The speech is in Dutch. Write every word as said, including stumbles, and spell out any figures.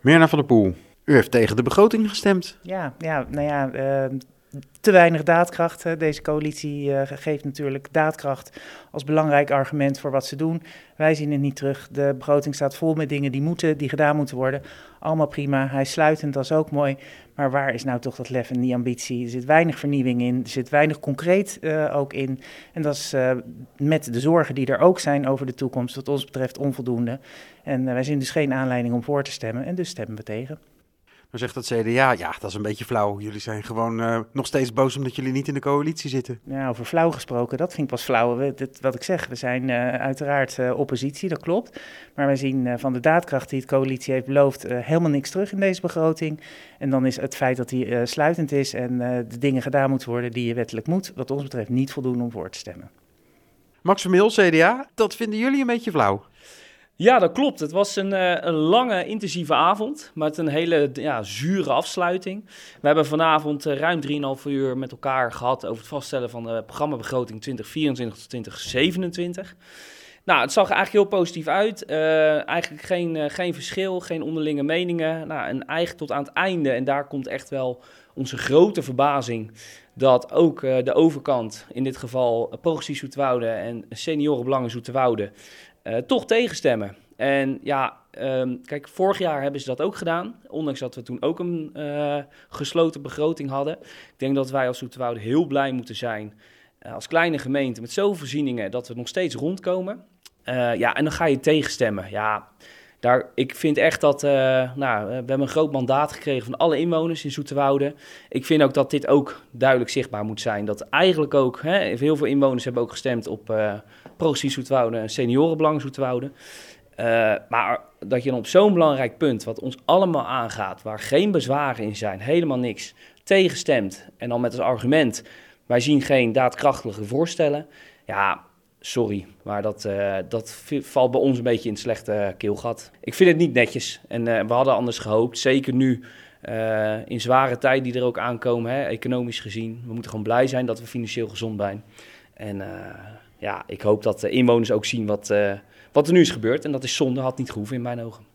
Mirna van der Poel, u heeft tegen de begroting gestemd. Ja, ja nou ja, uh, te weinig daadkracht. Deze coalitie uh, geeft natuurlijk daadkracht als belangrijk argument voor wat ze doen. Wij zien het niet terug. De begroting staat vol met dingen die moeten, die gedaan moeten worden. Allemaal prima. Hij is sluitend, dat is ook mooi. Maar waar is nou toch dat lef en die ambitie? Er zit weinig vernieuwing in, er zit weinig concreet uh, ook in. En dat is uh, met de zorgen die er ook zijn over de toekomst, wat ons betreft onvoldoende. En uh, wij zien dus geen aanleiding om voor te stemmen en dus stemmen we tegen. Dan zegt het C D A, ja, dat is een beetje flauw. Jullie zijn gewoon uh, nog steeds boos omdat jullie niet in de coalitie zitten. Ja, over flauw gesproken, dat vind ik pas flauw. We, dit, wat ik zeg, we zijn uh, uiteraard uh, oppositie, dat klopt. Maar wij zien uh, van de daadkracht die het coalitie heeft beloofd uh, helemaal niks terug in deze begroting. En dan is het feit dat die uh, sluitend is en uh, de dingen gedaan moeten worden die je wettelijk moet, wat ons betreft niet voldoen om voor te stemmen. Max Vermeel, C D A, dat vinden jullie een beetje flauw? Ja, dat klopt. Het was een, uh, een lange, intensieve avond met een hele ja, zure afsluiting. We hebben vanavond uh, ruim drieënhalf uur met elkaar gehad over het vaststellen van de programmabegroting twintig vierentwintig tot twintig zevenentwintig. Nou, het zag eigenlijk heel positief uit. Uh, eigenlijk geen, uh, geen verschil, geen onderlinge meningen. Nou, en eigenlijk tot aan het einde, en daar komt echt wel onze grote verbazing, dat ook uh, de overkant, in dit geval Progressie Zoetwoude en Seniorenbelangen Zoeterwoude, Uh, toch tegenstemmen. En ja, um, kijk, vorig jaar hebben ze dat ook gedaan. Ondanks dat we toen ook een uh, gesloten begroting hadden. Ik denk dat wij als Zoeterwoude heel blij moeten zijn. Uh, als kleine gemeente met zoveel voorzieningen dat we nog steeds rondkomen. Uh, ja, en dan ga je tegenstemmen. Ja, daar, ik vind echt dat... Uh, nou, we hebben een groot mandaat gekregen van alle inwoners in Zoeterwoude. Ik vind ook dat dit ook duidelijk zichtbaar moet zijn. Dat eigenlijk ook, hè, heel veel inwoners hebben ook gestemd op uh, Progressie Zoeterwoude en Seniorenbelangen Zoeterwoude. Uh, maar dat je dan op zo'n belangrijk punt, wat ons allemaal aangaat, waar geen bezwaren in zijn, helemaal niks, tegenstemt. En dan met als argument, wij zien geen daadkrachtige voorstellen. Ja, sorry, maar dat, uh, dat valt bij ons een beetje in het slechte keelgat. Ik vind het niet netjes en uh, we hadden anders gehoopt, zeker nu uh, in zware tijden die er ook aankomen, hè, economisch gezien. We moeten gewoon blij zijn dat we financieel gezond zijn. En uh, ja, ik hoop dat de inwoners ook zien wat, uh, wat er nu is gebeurd en dat is zonde, had niet gehoeven in mijn ogen.